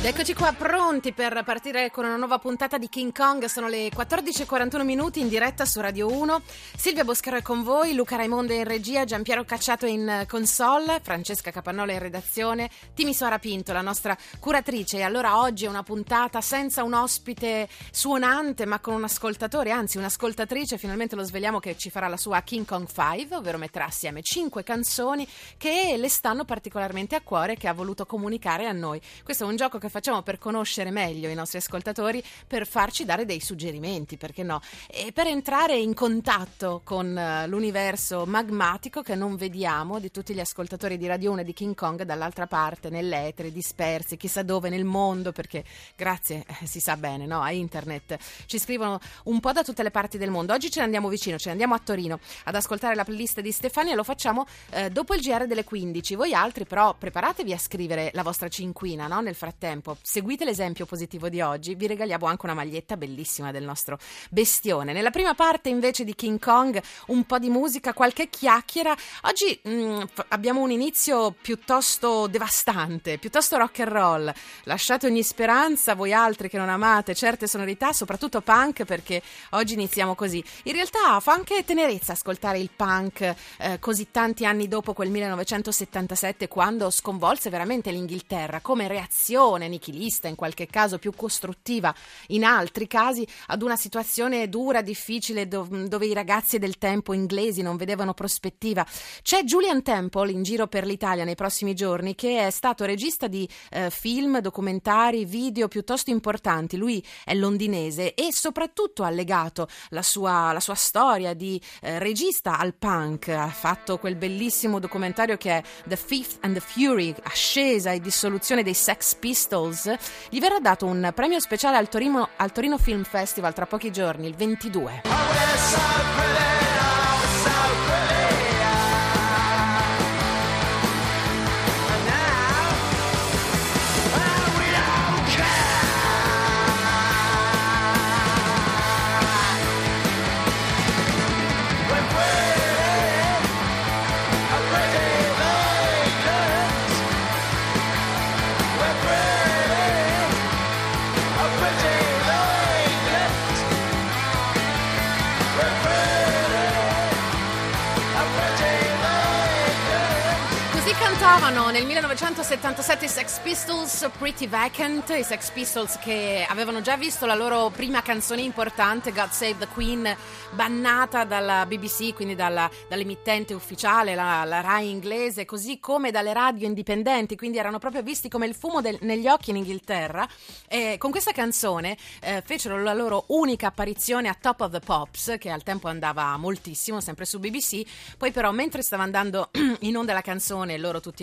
Ed eccoci qua pronti per partire con una nuova puntata di King Kong. Sono le 14:41 minuti in diretta su Radio 1. Silvia Boscaro è con voi, Luca Raimondo è in regia, Giampiero Cacciato in console, Francesca Capannola in redazione, Timisoara Pinto, la nostra curatrice. E allora oggi è una puntata senza un ospite suonante, ma con un ascoltatore, anzi un'ascoltatrice. Finalmente lo sveliamo, che ci farà la sua King Kong 5, ovvero metterà assieme 5 canzoni che le stanno particolarmente a cuore, che ha voluto comunicare a noi. Questo è un gioco che facciamo per conoscere meglio i nostri ascoltatori, per farci dare dei suggerimenti, perché no, e per entrare in contatto con l'universo magmatico che non vediamo, di tutti gli ascoltatori di Radio 1 e di King Kong dall'altra parte, nell'etere, dispersi chissà dove nel mondo, perché grazie, si sa bene, no, a internet ci scrivono un po' da tutte le parti del mondo. Oggi ce ne andiamo vicino, ce ne andiamo a Torino ad ascoltare la playlist di Stefania, e lo facciamo dopo il GR delle 15. Voi altri però preparatevi a scrivere la vostra cinquina, no? Nel frattempo seguite l'esempio positivo di oggi, vi regaliamo anche una maglietta bellissima del nostro bestione. Nella prima parte invece di King Kong un po' di musica, qualche chiacchiera. Oggi abbiamo un inizio piuttosto devastante, piuttosto rock and roll. Lasciate ogni speranza, voi altri che non amate certe sonorità, soprattutto punk, perché oggi iniziamo così. In realtà fa anche tenerezza ascoltare il punk così tanti anni dopo quel 1977, quando sconvolse veramente l'Inghilterra come reazione nichilista, in qualche caso più costruttiva, in altri casi ad una situazione dura, difficile, dove i ragazzi del tempo inglesi non vedevano prospettiva. C'è Julian Temple in giro per l'Italia nei prossimi giorni, che è stato regista di film, documentari, video piuttosto importanti. Lui è londinese e soprattutto ha legato la sua storia di regista al punk. Ha fatto quel bellissimo documentario che è The Fifth and the Fury, ascesa e dissoluzione dei Sex Pistols. Gli verrà dato un premio speciale al Torino Film Festival tra pochi giorni, il 22. Cantavano nel 1977 i Sex Pistols, Pretty Vacant, i Sex Pistols che avevano già visto la loro prima canzone importante, God Save the Queen, bannata dalla BBC, quindi dall'emittente ufficiale, la Rai inglese, così come dalle radio indipendenti, quindi erano proprio visti come il fumo negli occhi in Inghilterra. E con questa canzone fecero la loro unica apparizione a Top of the Pops, che al tempo andava moltissimo, sempre su BBC. Poi però, mentre stava andando in onda la canzone, loro tutti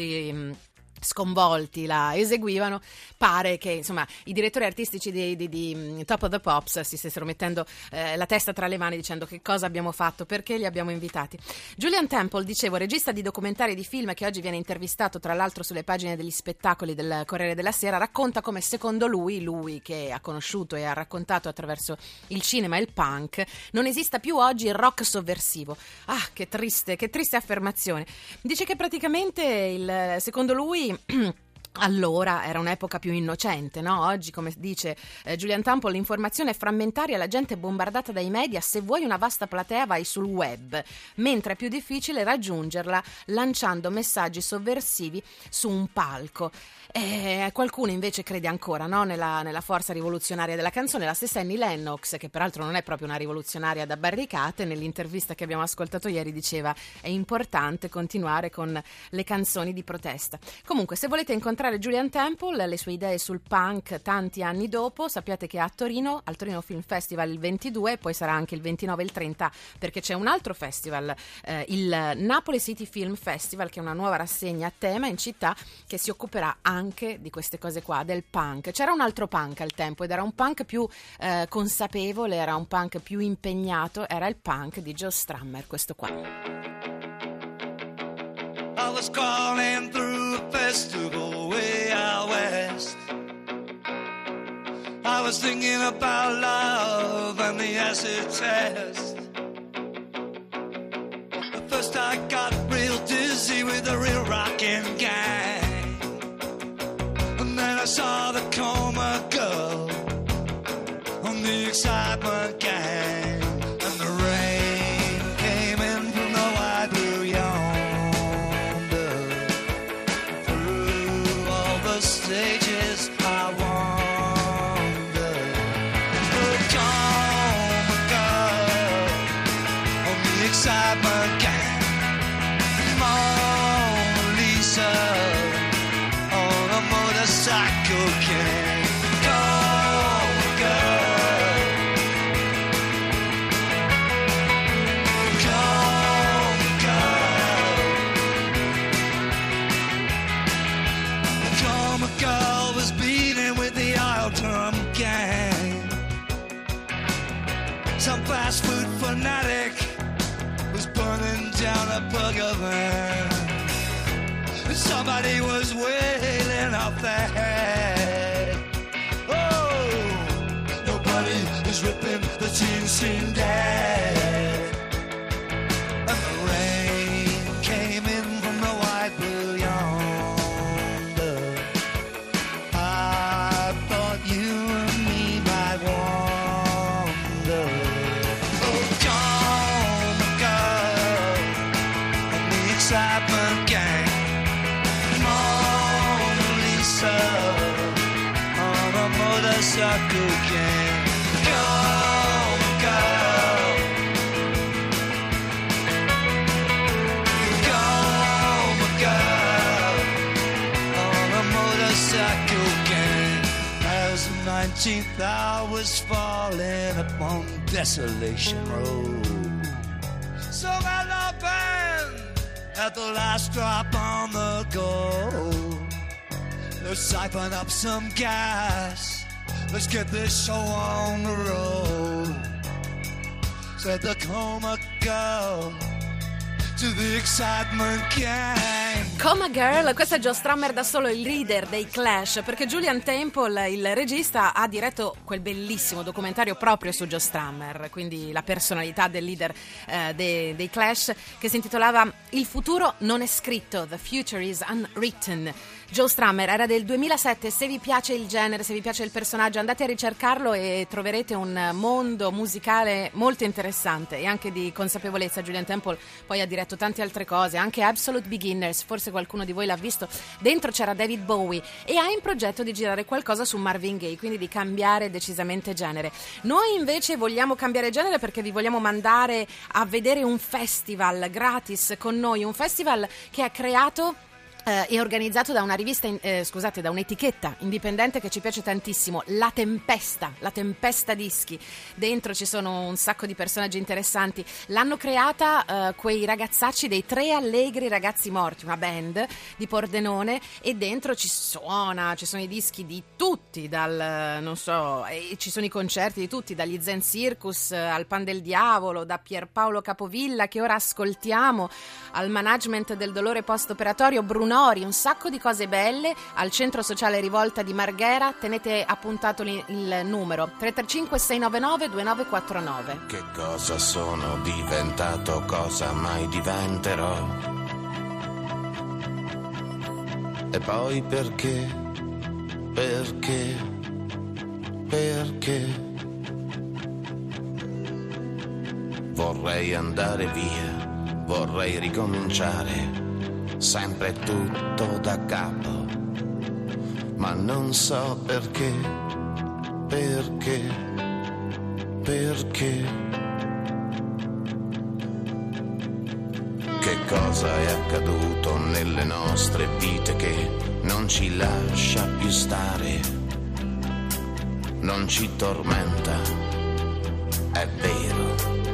sconvolti la eseguivano, pare che insomma i direttori artistici di Top of the Pops si stessero mettendo la testa tra le mani, dicendo: che cosa abbiamo fatto, perché li abbiamo invitati. Julian Temple, dicevo, regista di documentari e di film, che oggi viene intervistato tra l'altro sulle pagine degli spettacoli del Corriere della Sera, racconta come secondo lui che ha conosciuto e ha raccontato attraverso il cinema e il punk, non esista più oggi il rock sovversivo. Ah, che triste affermazione. Dice che praticamente secondo lui allora era un'epoca più innocente, no? Oggi, come dice Julian Temple, l'informazione è frammentaria, la gente è bombardata dai media, se vuoi una vasta platea vai sul web, mentre è più difficile raggiungerla lanciando messaggi sovversivi su un palco. Qualcuno invece crede ancora, no? nella forza rivoluzionaria della canzone. La stessa Annie Lennox, che peraltro non è proprio una rivoluzionaria da barricate, nell'intervista che abbiamo ascoltato ieri diceva: è importante continuare con le canzoni di protesta. Comunque, se volete incontrare Julian Temple, le sue idee sul punk tanti anni dopo, sappiate che è a Torino, al Torino Film Festival il 22, poi sarà anche il 29 e il 30, perché c'è un altro festival, il Napoli City Film Festival, che è una nuova rassegna a tema in città, che si occuperà anche di queste cose qua, del punk. C'era un altro punk al tempo, ed era un punk più consapevole, era un punk più impegnato, era il punk di Joe Strummer, questo qua. I was calling through a festival way out west. I was thinking about love and the acid test. At first I got real dizzy with the real rockin' gang, and then I saw the Coma Girl on the Excitement Gang, and the rain came in from the wide blue yonder. Through all the stages I wander, the Coma Girl on the Excitement Gang, Mona Lisa on a motorcycle gang. Coma Girl, Coma Girl. The Coma Girl was beating with the oil drum gang. Some fast food fanatic was burning down a burger van. Somebody was wailing off their head. Oh, nobody is ripping the teen scene dead. And the rain came in from the wide blue yonder. I thought you and me might wander. Oh, Coma Girl and the Excitement Gang, Mona Lisa on a motorcycle gang. Coma Girl, Coma Girl on a motorcycle gang. As the 19th hour was falling upon Desolation Road, so got our band at the last drop on the go. Let's siphon up some gas, let's get this show on the road, said the Coma Girl to the Excitement Gang. Coma Girl, questo è Joe Strummer da solo, il leader dei Clash, perché Julian Temple, il regista, ha diretto quel bellissimo documentario proprio su Joe Strummer, quindi la personalità del leader dei Clash, che si intitolava Il futuro non è scritto, The Future is Unwritten. Joe Strummer era del 2007, se vi piace il genere, se vi piace il personaggio, andate a ricercarlo e troverete un mondo musicale molto interessante e anche di consapevolezza. Julian Temple poi ha diretto tante altre cose, anche Absolute Beginners, forse qualcuno di voi l'ha visto. Dentro c'era David Bowie e ha in progetto di girare qualcosa su Marvin Gaye, quindi di cambiare decisamente genere. Noi invece vogliamo cambiare genere perché vi vogliamo mandare a vedere un festival gratis con noi, un festival che ha creato è organizzato da una rivista, da un'etichetta indipendente che ci piace tantissimo, La Tempesta Dischi. Dentro ci sono un sacco di personaggi interessanti. L'hanno creata quei ragazzacci dei Tre Allegri Ragazzi Morti, una band di Pordenone, e dentro ci sono i dischi di tutti, e ci sono i concerti di tutti, dagli Zen Circus al Pan del Diavolo, da Pierpaolo Capovilla, che ora ascoltiamo, al management del dolore post-operatorio, Brunori, un sacco di cose belle al Centro Sociale Rivolta di Marghera. Tenete appuntato il numero 335 699 2949. Che cosa sono diventato, cosa mai diventerò? E poi perché vorrei andare via, vorrei ricominciare sempre tutto da capo, ma non so perché. Che cosa è accaduto nelle nostre vite che non ci lascia più stare, non ci tormenta, è vero,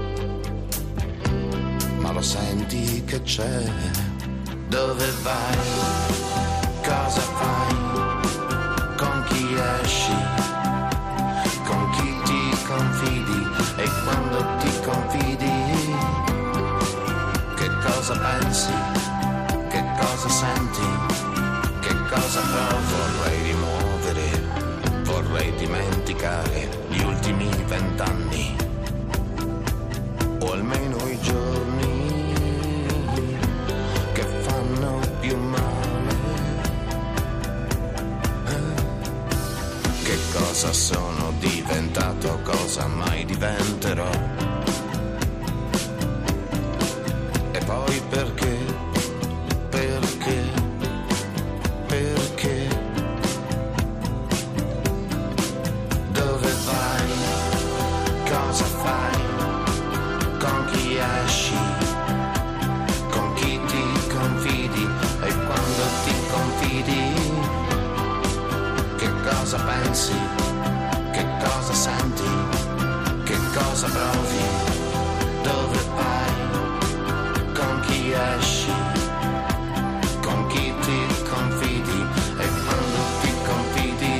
ma lo senti che c'è. Dove vai? Cosa fai? Con chi esci? Con chi ti confidi? E quando ti confidi, che cosa pensi? Che cosa senti? Che cosa provi? Vorrei rimuovere, vorrei dimenticare gli ultimi 20 anni, o almeno i giorni più male. cosa sono diventato, cosa mai diventerò. E poi perché? Dove vai? Cosa fai? Con chi esci? Con chi ti confidi? E quando ti confidi, che cosa pensi? Che cosa senti? Che cosa provi? Dove vai? Con chi esci? Con chi ti confidi? E quando ti confidi,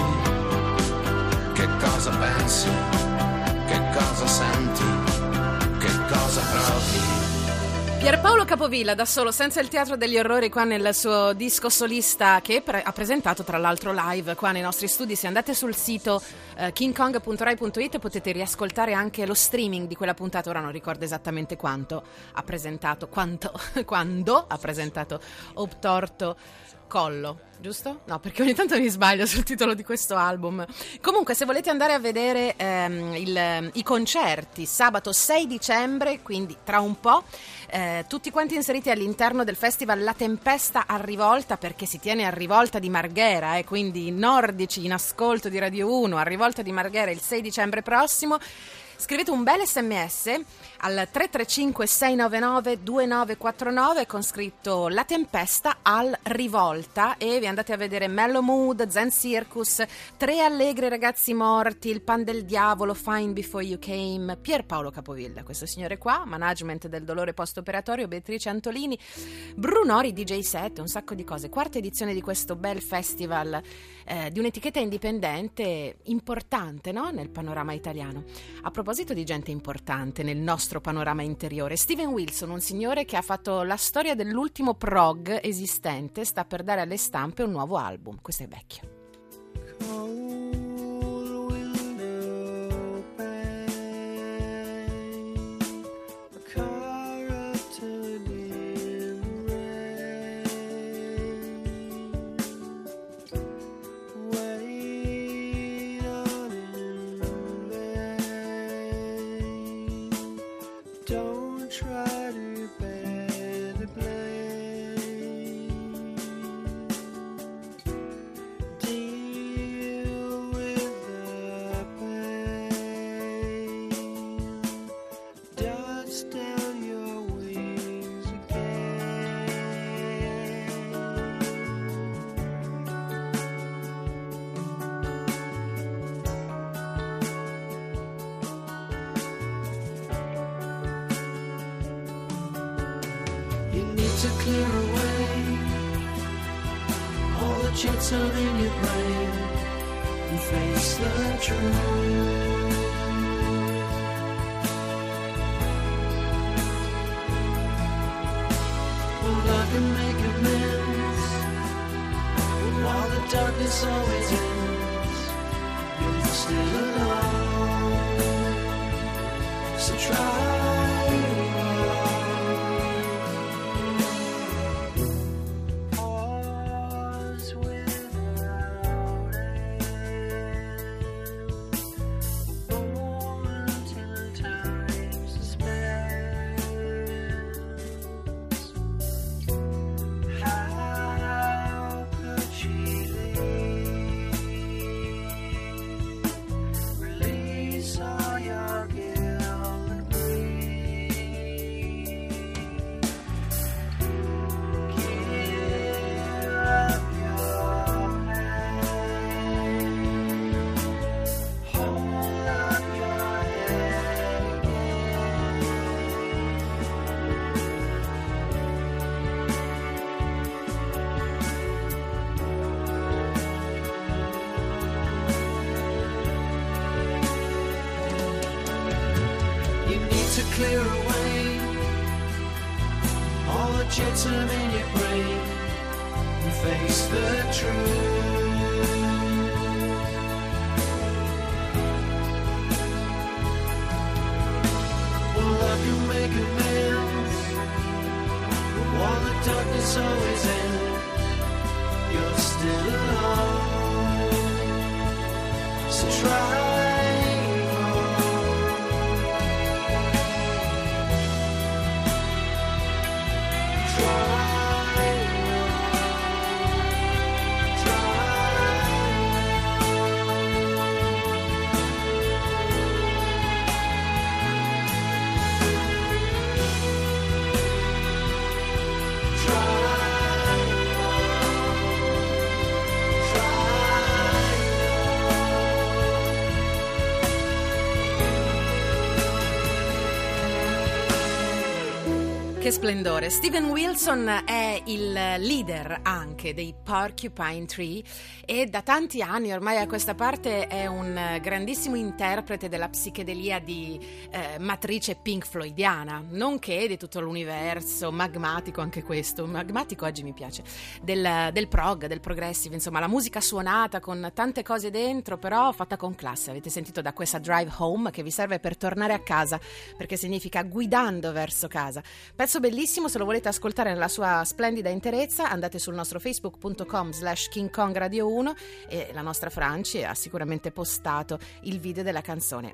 che cosa pensi? Che cosa senti? Che cosa provi? Pierpaolo Capovilla da solo, senza il Teatro degli Orrori, qua nel suo disco solista che ha presentato tra l'altro live qua nei nostri studi. Se andate sul sito kingkong.rai.it potete riascoltare anche lo streaming di quella puntata. Ora non ricordo esattamente quando ha presentato Obtorto Collo, giusto? No, perché ogni tanto mi sbaglio sul titolo di questo album. Comunque, se volete andare a vedere i concerti, sabato 6 dicembre, quindi tra un po', tutti quanti inseriti all'interno del festival La Tempesta a Rivolta, perché si tiene a Rivolta di Marghera, quindi nordici in ascolto di Radio 1 a Rivolta di Marghera il 6 dicembre prossimo. Scrivete un bel sms al 335 699 2949 con scritto La Tempesta al Rivolta e vi andate a vedere Mellow Mood, Zen Circus, Tre Allegri Ragazzi Morti, Il Pan del Diavolo, Fine Before You Came, Pierpaolo Capovilla, questo signore qua, Management del Dolore Post-Operatorio, Beatrice Antolini, Brunori DJ set, un sacco di cose. Quarta edizione di questo bel festival di un'etichetta indipendente importante, no? Nel panorama italiano. A proposito di gente importante nel nostro panorama interiore, Steven Wilson, un signore che ha fatto la storia dell'ultimo prog esistente, sta per dare alle stampe un nuovo album. Questo è vecchio. To clear away all the chatter in your brain and face the truth. Well, I can make amends, but while the darkness always ends, you're still alone. So try. Clear away all the jets in your brain and face the truth. Well, I can make amends, but while the darkness always ends, you're still alone. So try Che splendore. Steven Wilson è il leader anche dei Porcupine Tree e da tanti anni ormai a questa parte è un grandissimo interprete della psichedelia di matrice Pink Floydiana, nonché di tutto l'universo magmatico, anche questo, magmatico oggi mi piace, del prog, del progressive, insomma la musica suonata con tante cose dentro, però fatta con classe. Avete sentito da questa Drive Home che vi serve per tornare a casa, perché significa guidando verso casa. Pezzo bellissimo, se lo volete ascoltare nella sua splendida interezza andate sul nostro facebook.com/King Kong Radio 1 e la nostra Franci ha sicuramente postato il video della canzone.